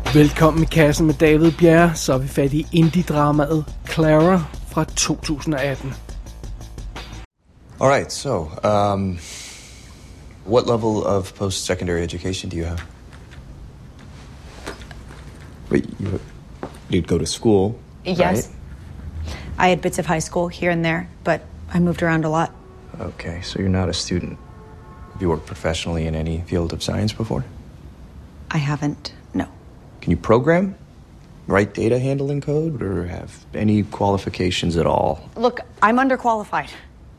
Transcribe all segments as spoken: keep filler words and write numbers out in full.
Velkommen i kassen med David Bjerre, så er vi fat i indie-dramaet Clara fra to tusind og atten. All right, so, um, what level of post-secondary education do you have? Wait, you, you'd go to school, Yes. right? I had bits of high school here and there, but I moved around a lot. Okay, so you're not a student. Have you worked professionally in any field of science before? I haven't, no. Can you program? Write data handling code? Or have any qualifications at all? Look, I'm underqualified.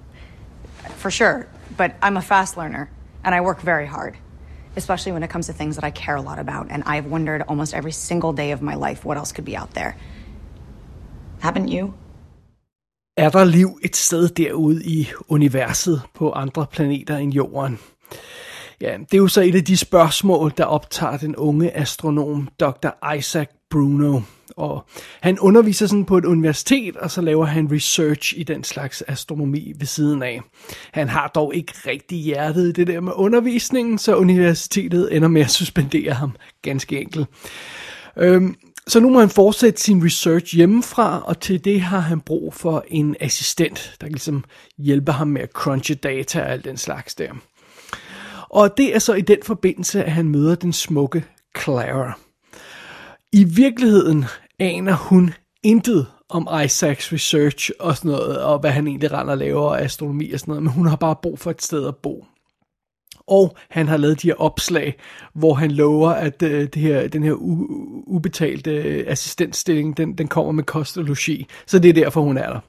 For sure, but I'm a fast learner, and I work very hard. Especially when it comes to things that I care a lot about, and I've wondered almost every single day of my life what else could be out there. Haven't you? Er der liv et sted derude i universet på andre planeter end Jorden? Ja, det er jo så et af de spørgsmål, der optager den unge astronom doktor Isaac Bruno. Og han underviser sådan på et universitet, og så laver han research i den slags astronomi ved siden af. Han har dog ikke rigtig hjertet i det der med undervisningen, så universitetet ender med at suspendere ham ganske enkelt. Øhm, så nu må han fortsætte sin research hjemmefra, og til det har han brug for en assistent, der kan ligesom hjælpe ham med at crunche data og alt den slags der. Og det er så i den forbindelse, at han møder den smukke Clara. I virkeligheden aner hun intet om Isaacs research og sådan noget, og hvad han egentlig render og laver, og astronomi og sådan noget, men hun har bare brug for et sted at bo. Og han har lavet de her opslag, hvor han lover, at øh, det her, den her u- ubetalte øh, assistentstilling, den, den kommer med kost og logi. Så det er derfor, hun er der.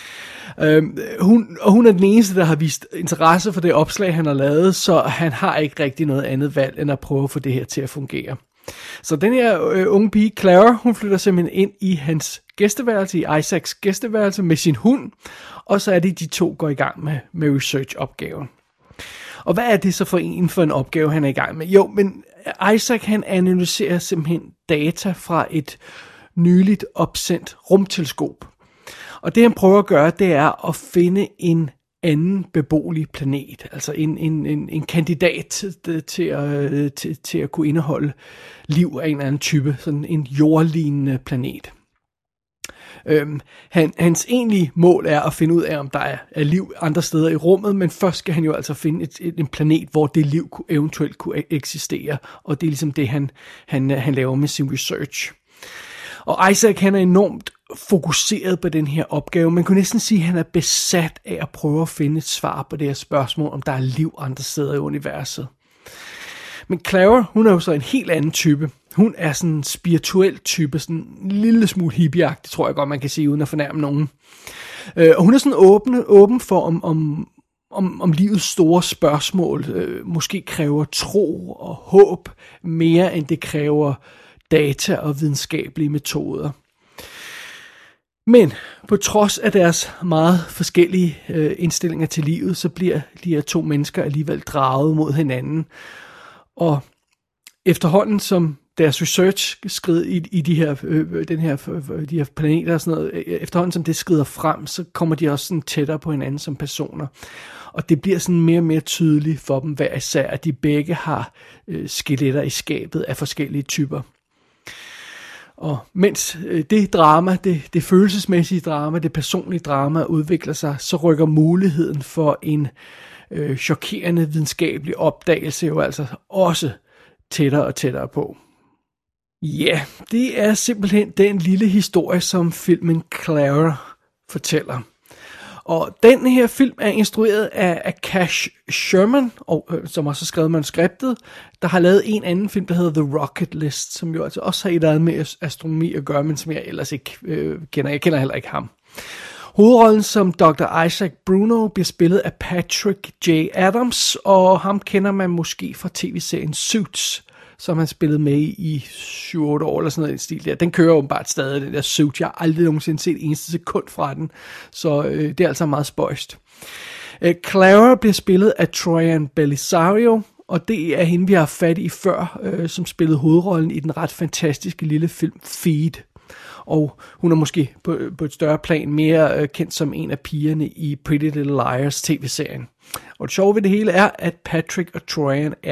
Øhm, hun, og hun er den eneste, der har vist interesse for det opslag, han har lavet, så han har ikke rigtig noget andet valg, end at prøve at få det her til at fungere. Så den her øh, unge pige, Clara, hun flytter simpelthen ind i hans gæsteværelse, i Isaacs gæsteværelse med sin hund, og så er det, de to går i gang med, med research-opgaven. Og hvad er det så for en for en opgave, han er i gang med? Jo, men Isaac, han analyserer simpelthen data fra et nyligt opsendt rumteleskop. Og det han prøver at gøre, det er at finde en anden beboelig planet, altså en, en, en, en kandidat til, til, at, til, til at kunne indeholde liv af en eller anden type, sådan en jordlignende planet. Øhm, han, hans egentlige mål er at finde ud af, om der er, er liv andre steder i rummet, men først skal han jo altså finde et, et, en planet, hvor det liv kunne, eventuelt kunne eksistere, og det er ligesom det, han, han, han laver med sin research. Og Isaac, han er enormt fokuseret på den her opgave. Man kunne næsten sige, at han er besat af at prøve at finde et svar på det her spørgsmål, om der er liv andre steder i universet. Men Clara, hun er jo så en helt anden type. Hun er sådan en spirituel type, sådan en lille smule hippieagtig, tror jeg godt, man kan sige, uden at fornærme nogen. Øh, og hun er sådan åben, åben for, om, om, om, om livets store spørgsmål øh, måske kræver tro og håb, mere end det kræver data og videnskabelige metoder. Men på trods af deres meget forskellige øh, indstillinger til livet, så bliver de her to mennesker alligevel draget mod hinanden. Og efterhånden som deres research skrider i, i de her, øh, den her, de her planeter og sådan noget, efterhånden som det skrider frem, så kommer de også sådan tættere på hinanden som personer. Og det bliver sådan mere og mere tydeligt for dem hver især, at de begge har øh, skeletter i skabet af forskellige typer. Og mens det drama, det, det følelsesmæssige drama, det personlige drama udvikler sig, så rykker muligheden for en øh, chokerende videnskabelig opdagelse jo altså også tættere og tættere på. Ja, yeah, det er simpelthen den lille historie, som filmen Clara fortæller. Og den her film er instrueret af, af Cash Sherman, og, øh, som også har skrevet manuskriptet, der har lavet en anden film, der hedder The Rocket List, som jo altså også har et eller andet med astronomi at gøre, men som jeg ellers ikke øh, kender. Jeg kender heller ikke ham. Hovedrollen som doktor Isaac Bruno bliver spillet af Patrick J. Adams, og ham kender man måske fra tv-serien Suits, som han spillede med i syv otte år eller sådan noget i stil der. Den kører åbenbart stadig, den der Suits. Jeg har aldrig nogensinde set eneste sekund fra den, så øh, det er altså meget spøjst. Øh, Clara bliver spillet af Troian Bellisario, og det er hende, vi har fat i før, øh, som spillede hovedrollen i den ret fantastiske lille film Feed. Og hun er måske på, på et større plan mere øh, kendt som en af pigerne i Pretty Little Liars tv-serien. Og det sjove ved det hele er, at Patrick og Troian er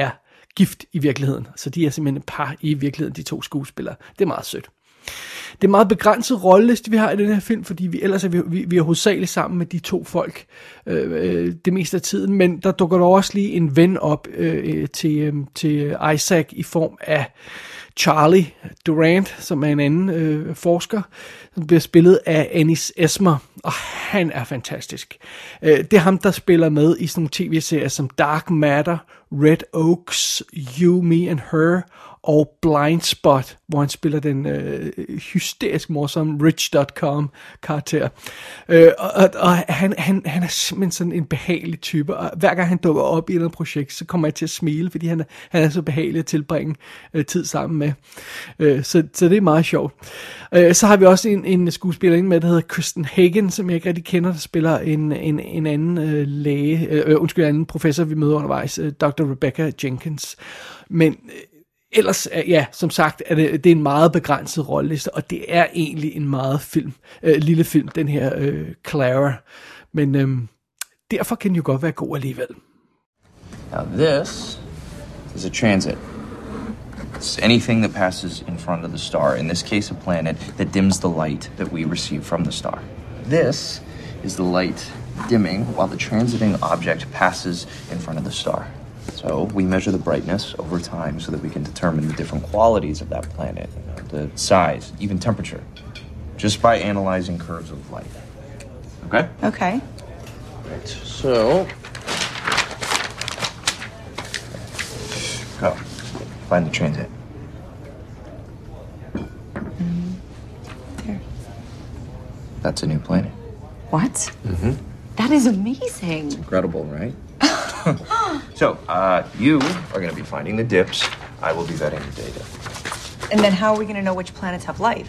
gift i virkeligheden. Så de er simpelthen et par i virkeligheden, de to skuespillere. Det er meget sødt. Det er meget begrænset rolleliste, vi har i den her film, fordi vi ellers er vi, vi, vi er hovedsageligt sammen med de to folk øh, det meste af tiden, men der dukker der også lige en ven op øh, til, øh, til Isaac i form af Charlie Durant, som er en anden øh, forsker, som bliver spillet af Anis Esmer, og han er fantastisk. Øh, det er ham, der spiller med i sådan nogle tv-serier som Dark Matter, Red Oaks, You, Me and Her, og Blindspot, hvor han spiller den øh, hysterisk morsomme Rich punktum com karakter. Øh, og og han, han, han er simpelthen sådan en behagelig type, og hver gang han dukker op i et eller andet projekt, så kommer jeg til at smile, fordi han er, han er så behagelig at tilbringe øh, tid sammen med. Øh, så, så det er meget sjovt. Øh, så har vi også en, en skuespillerinde med, der hedder Kristen Hagen, som jeg ikke rigtig kender, der spiller en, en, en anden øh, læge, øh, undskyld, en anden professor, vi møder undervejs, øh, doktor Rebecca Jenkins. Men øh, ellers, ja, som sagt, er det, det er en meget begrænset rolleliste, og det er egentlig en meget film, øh, lille film, den her øh, Clara. Men øh, derfor kan den jo godt være god alligevel. Now this is a transit. It's anything that passes in front of the star. In this case, a planet that dims the light that we receive from the star. This is the light dimming while the transiting object passes in front of the star. So we measure the brightness over time so that we can determine the different qualities of that planet, you know, the size, even temperature, just by analyzing curves of light. Okay? Okay. Right. So, go. Find the transit. Mm, there. That's a new planet. What? Mm-hmm. That is amazing. It's incredible, right? So, uh, you are going to be finding the dips. I will be vetting the data. And then how are we going to know which planets have life?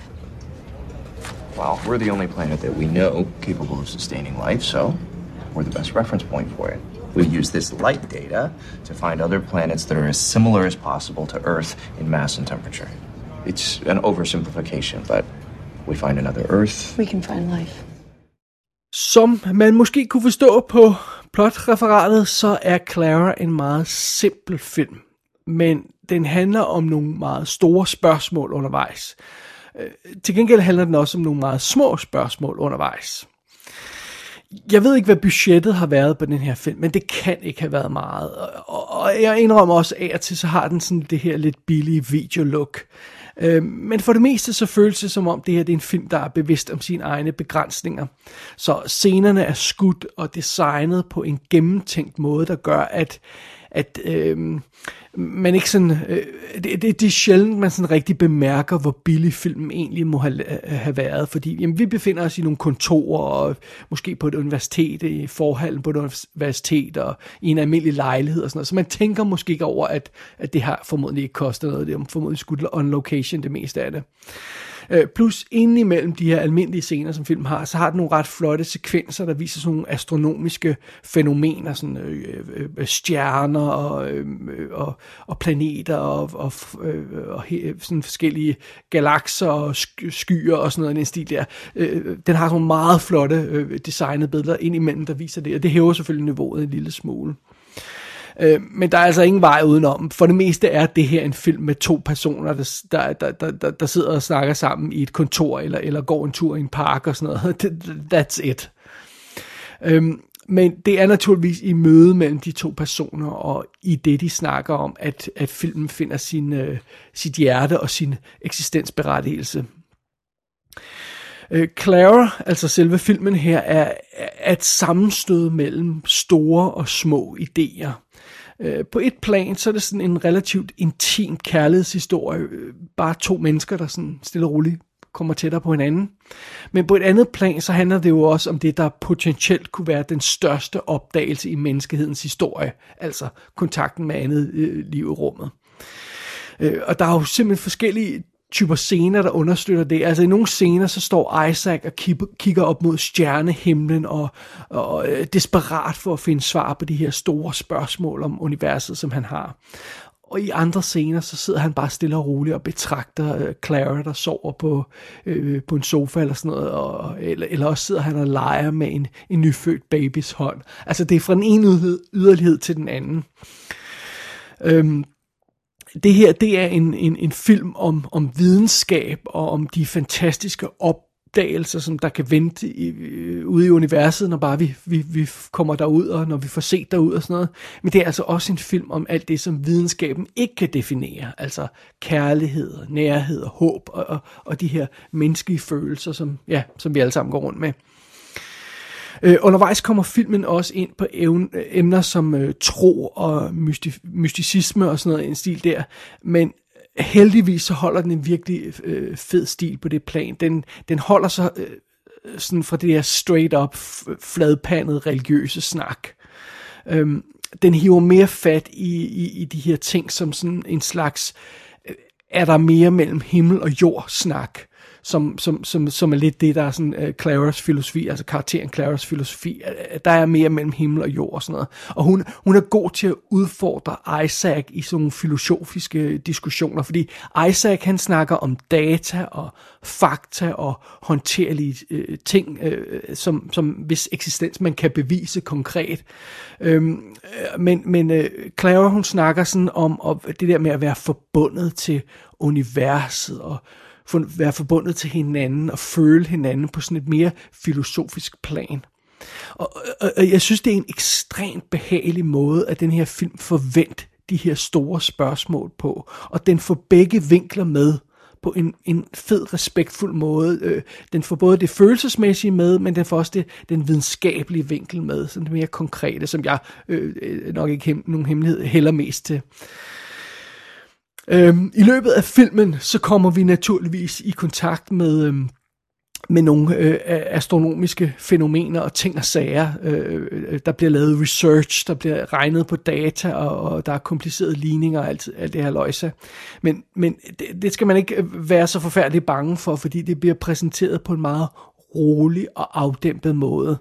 Well, we're the only planet that we know capable of sustaining life, so we're the best reference point for it. We'll use this light data to find other planets that are as similar as possible to Earth in mass and temperature. It's an oversimplification, but we find another Earth. We can find life. Som man måske kunne forstå på plotreferatet, så er Clara en meget simpel film. Men den handler om nogle meget store spørgsmål undervejs. Til gengæld handler den også om nogle meget små spørgsmål undervejs. Jeg ved ikke, hvad budgettet har været på den her film, men det kan ikke have været meget. Og jeg indrømmer også af og til, så har den sådan det her lidt billige videolook. Men for det meste så føles det som om, det her det er en film, der er bevidst om sine egne begrænsninger. Så scenerne er skudt og designet på en gennemtænkt måde, der gør, at, at øh, man ikke sådan, øh, det, det, det er sjældent, man sådan rigtig bemærker, hvor billig filmen egentlig må have, have været, fordi jamen, vi befinder os i nogle kontorer, og måske på et universitet, i forhallen på et universitet, og i en almindelig lejlighed og sådan noget, så man tænker måske ikke over, at, at det har formodentlig ikke kostet noget, det er formodentlig skudt on location det meste af det. Plus inden imellem de her almindelige scener, som film har, så har den nogle ret flotte sekvenser, der viser sådan nogle astronomiske fænomener, sådan øh, øh, stjerner og, øh, og, og planeter og, og, øh, og he, sådan forskellige galakser og skyer og sådan noget i den stil der. Øh, den har sådan nogle meget flotte øh, designede billeder ind imellem, der viser det, og det hæver selvfølgelig niveauet en lille smule. Men der er altså ingen vej udenom. For det meste er det her en film med to personer, der, der, der, der, der sidder og snakker sammen i et kontor, eller, eller går en tur i en park og sådan noget. That's it. Men det er naturligvis i møde mellem de to personer, og i det, de snakker om, at, at filmen finder sin, uh, sit hjerte og sin eksistensberettigelse. Clara, altså selve filmen her, er, er et sammenstød mellem store og små idéer. På et plan, så er det sådan en relativt intim kærlighedshistorie. Bare to mennesker, der sådan stille og roligt kommer tættere på hinanden. Men på et andet plan, så handler det jo også om det, der potentielt kunne være den største opdagelse i menneskehedens historie. Altså kontakten med andet øh, liv i rummet. Øh, og der er jo simpelthen forskellige typer scener, der understøtter det. Altså i nogle scener, så står Isaac og kigger op mod stjernehimlen og, og øh, desperat for at finde svar på de her store spørgsmål om universet, som han har. Og i andre scener, så sidder han bare stille og roligt og betragter øh, Clara, der sover på, øh, på en sofa eller sådan noget, og, eller, eller også sidder han og leger med en, en nyfødt babys hånd. Altså det er fra den ene yderlighed til den anden. Øhm, det her, det er en, en, en film om, om videnskab og om de fantastiske opdagelser, som der kan vente i, øh, ude i universet, når bare vi, vi, vi kommer derud, og når vi får set derud og sådan noget. Men det er altså også en film om alt det, som videnskaben ikke kan definere. Altså kærlighed, nærhed, håb og, og, og de her menneskelige følelser, som, ja, som vi alle sammen går rundt med. Øh, undervejs kommer filmen også ind på evne, emner som øh, tro og mystif- mysticisme og sådan noget, en stil der, men heldigvis så holder den en virkelig øh, fed stil på det plan. Den, den holder sig øh, sådan fra det der straight up fladpandet religiøse snak. Øhm, den hiver mere fat i, i, i de her ting som sådan en slags øh, er der mere mellem himmel og jord snak. Som, som, som, som er lidt det, der er sådan uh, Claras filosofi, altså karakteren Claras filosofi. Der er mere mellem himmel og jord og sådan noget. Og hun, hun er god til at udfordre Isaac i sådan nogle filosofiske diskussioner, fordi Isaac, han snakker om data og fakta og håndterlige uh, ting, uh, som, som hvis eksistens man kan bevise konkret. Um, men men uh, Clara, hun snakker sådan om, om det der med at være forbundet til universet og for, være forbundet til hinanden og føle hinanden på sådan et mere filosofisk plan. Og, og, og jeg synes, det er en ekstremt behagelig måde, at den her film forventer de her store spørgsmål på, og den får begge vinkler med på en, en fed, respektfuld måde. Den får både det følelsesmæssige med, men den får også det, den videnskabelige vinkel med, sådan det mere konkrete, som jeg øh, nok ikke hem, nogen hemmelighed hælder mest til. Øhm, I løbet af filmen, så kommer vi naturligvis i kontakt med, øhm, med nogle øh, astronomiske fænomener og ting og sager. Øh, der bliver lavet research, der bliver regnet på data, og, og der er komplicerede ligninger og alt, alt det her løjse. Men, men det, det skal man ikke være så forfærdeligt bange for, fordi det bliver præsenteret på en meget rolig og afdæmpet måde.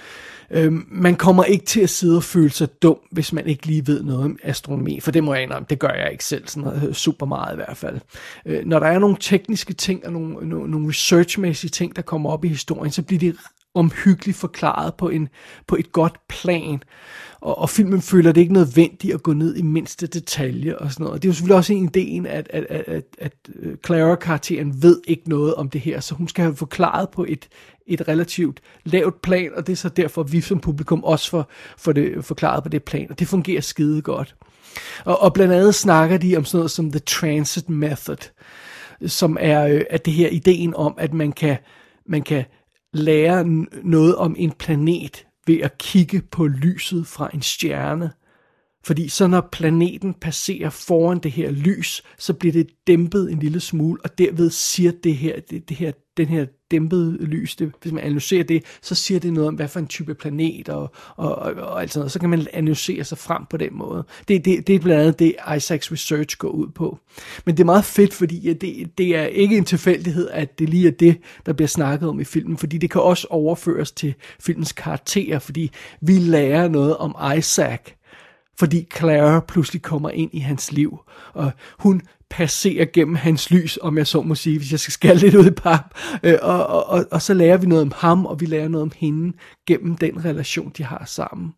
Øhm, man kommer ikke til at sidde og føle sig dum, hvis man ikke lige ved noget om astronomi, for det må jeg indrømme, det gør jeg ikke selv, sådan noget, super meget i hvert fald. Øh, når der er nogle tekniske ting og nogle, nogle, nogle researchmæssige ting, der kommer op i historien, så bliver det omhyggeligt forklaret på, en, på et godt plan, og, og filmen føler det ikke nødvendigt at gå ned i mindste detalje og sådan noget. Og det er jo selvfølgelig også en ideen, at, at, at, at, at Clara-karakteren ved ikke noget om det her, så hun skal have forklaret på et, et relativt lavt plan, og det er så derfor, vi som publikum også får, får det forklaret på det plan, og det fungerer skide godt. Og, og blandt andet snakker de om sådan noget som The Transit Method, som er øh, at det her ideen om, at man kan, man kan lære noget om en planet ved at kigge på lyset fra en stjerne. Fordi så når planeten passerer foran det her lys, så bliver det dæmpet en lille smule, og derved siger det her, det, det her, den her dæmpede lys, det, hvis man analyserer det, så siger det noget om, hvad for en type planet og, og, og, og alt sådan noget. Så kan man analysere sig frem på den måde. Det, det, det er blandt andet det, Isaacs research går ud på. Men det er meget fedt, fordi det, det er ikke en tilfældighed, at det lige er det, der bliver snakket om i filmen, fordi det kan også overføres til filmens karakterer, fordi vi lærer noget om Isaac, fordi Clara pludselig kommer ind i hans liv, og hun passerer gennem hans lys, om jeg så må sige, hvis jeg skal skælde lidt ud i pap, og, og, og, og så lærer vi noget om ham, og vi lærer noget om hende, gennem den relation, de har sammen.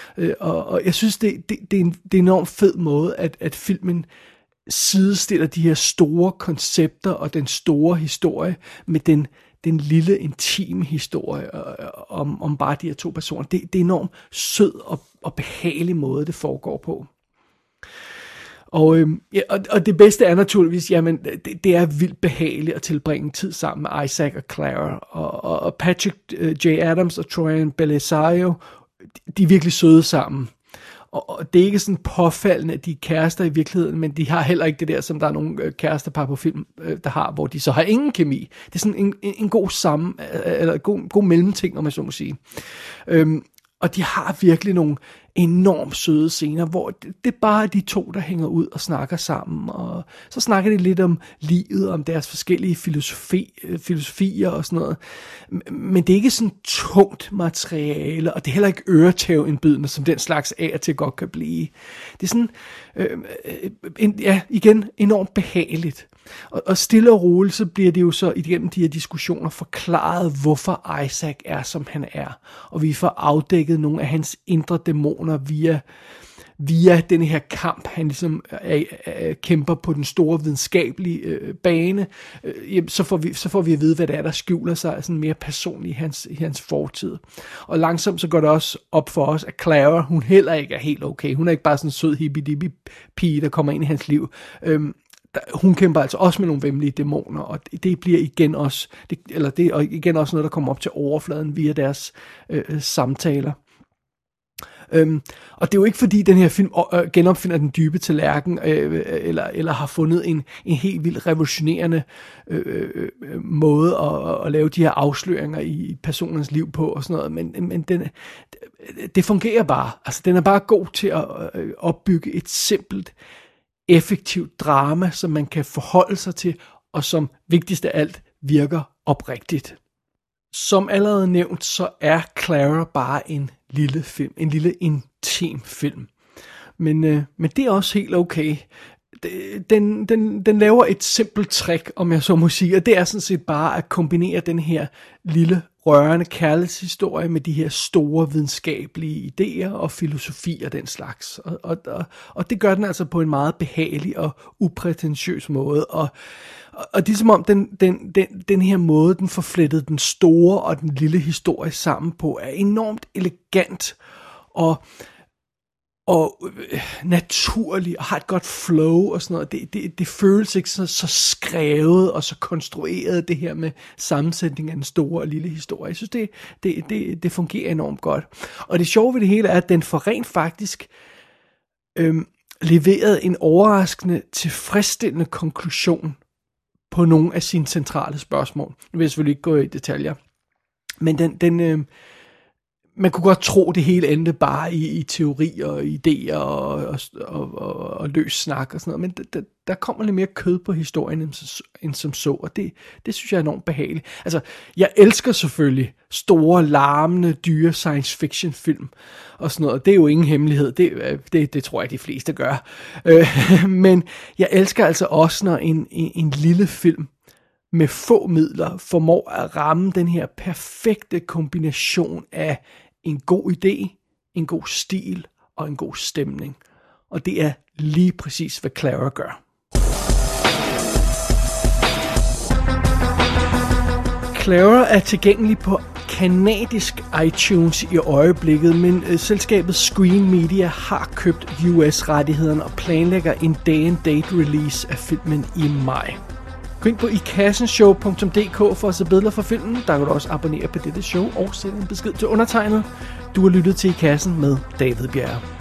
Og, og jeg synes, det, det, det, er en, det er en enormt fed måde, at, at filmen sidestiller de her store koncepter, og den store historie, med den den lille, intime historie om, om bare de her to personer. Det, det er enormt sød og, og behagelig måde, det foregår på. Og, øhm, ja, og, og det bedste er naturligvis, jamen, det, det er vildt behageligt at tilbringe tid sammen med Isaac og Clara. Og, og, og Patrick uh, J. Adams og Troian Bellisario, de er virkelig søde sammen. Og det er ikke sådan påfaldende, at de er kærester i virkeligheden, men de har heller ikke det der, som der er nogle kærestepar på film, der har, hvor de så har ingen kemi. Det er sådan en, en god sammen, eller en god, god mellemting, om man så må sige. Øhm, og de har virkelig nogle enormt søde scener, hvor det, det er bare de to, der hænger ud og snakker sammen, og så snakker de lidt om livet, om deres forskellige filosofi, filosofier og sådan noget. Men det er ikke sådan tungt materiale, og det er heller ikke øretævindbydende, som den slags af og til godt kan blive. Det er sådan, øh, en, ja, igen, enormt behageligt. Og, og stille og roligt, så bliver det jo så igennem de her diskussioner forklaret, hvorfor Isaac er, som han er. Og vi får afdækket nogle af hans indre dæmoner via, via den her kamp, han ligesom er, er, kæmper på den store videnskabelige øh, bane, øh, jamen, så, får vi, så får vi at vide, hvad det er, der skjuler sig sådan mere personligt i hans, i hans fortid. Og langsomt så går det også op for os, at Clara, hun heller ikke er helt okay. Hun er ikke bare sådan en sød hippie pige, der kommer ind i hans liv. Øhm, der, hun kæmper altså også med nogle væmmelige dæmoner, og det, det bliver igen også, det, eller det er igen også noget, der kommer op til overfladen via deres øh, samtaler. Øhm, og det er jo ikke fordi den her film øh, genopfinder den dybe tallerken øh, eller, eller har fundet en, en helt vildt revolutionerende øh, øh, måde at, at lave de her afsløringer i personens liv på og sådan noget, men, men den, det fungerer bare. Altså den er bare god til at øh, opbygge et simpelt, effektivt drama, som man kan forholde sig til, og som vigtigst af alt virker oprigtigt. Som allerede nævnt, så er Clara bare en lille film, en lille intim film. Men, øh, men det er også helt okay. Den, den, den laver et simpelt trick, om jeg så må sige, og det er sådan set bare at kombinere den her lille, rørende kærlighedshistorie med de her store videnskabelige idéer og filosofi og den slags. Og, og, og, og det gør den altså på en meget behagelig og uprætentiøs måde, og Og det er som om, den, den, den, den her måde, den får flettet den store og den lille historie sammen på, er enormt elegant og, og øh, naturlig og har et godt flow og sådan noget. Det, det, det føles ikke så, så skrevet og så konstrueret, det her med sammensætning af den store og lille historie. Jeg synes, det, det, det, det fungerer enormt godt. Og det sjove ved det hele er, at den får rent faktisk øh, leveret en overraskende tilfredsstillende konklusion på nogle af sine centrale spørgsmål. Nu vil jeg selvfølgelig ikke gå i detaljer. Men den, den, øh, man kunne godt tro, det hele endte bare i, i teori og idéer og, og, og, og, og løs snak og sådan noget. Men der, der, der kommer lidt mere kød på historien end, end som så, og det, det synes jeg er enormt behageligt. Altså, jeg elsker selvfølgelig store, larmende, dyre science fiction film og sådan noget. Det er jo ingen hemmelighed. Det, det, det tror jeg, de fleste gør. Øh, men jeg elsker altså også, når en, en, en lille film med få midler formår at ramme den her perfekte kombination af en god idé, en god stil og en god stemning. Og det er lige præcis, hvad Clara gør. Clara er tilgængelig på kanadisk iTunes i øjeblikket, men øh, selskabet Screen Media har købt U S-rettighederne og planlægger en day-and-date release af filmen i maj. Gå ind på ikassenshow punktum d k for at se billeder fra filmen. Der kan du også abonnere på dette show og sende en besked til undertegnet. Du har lyttet til I Kassen med David Bjerre.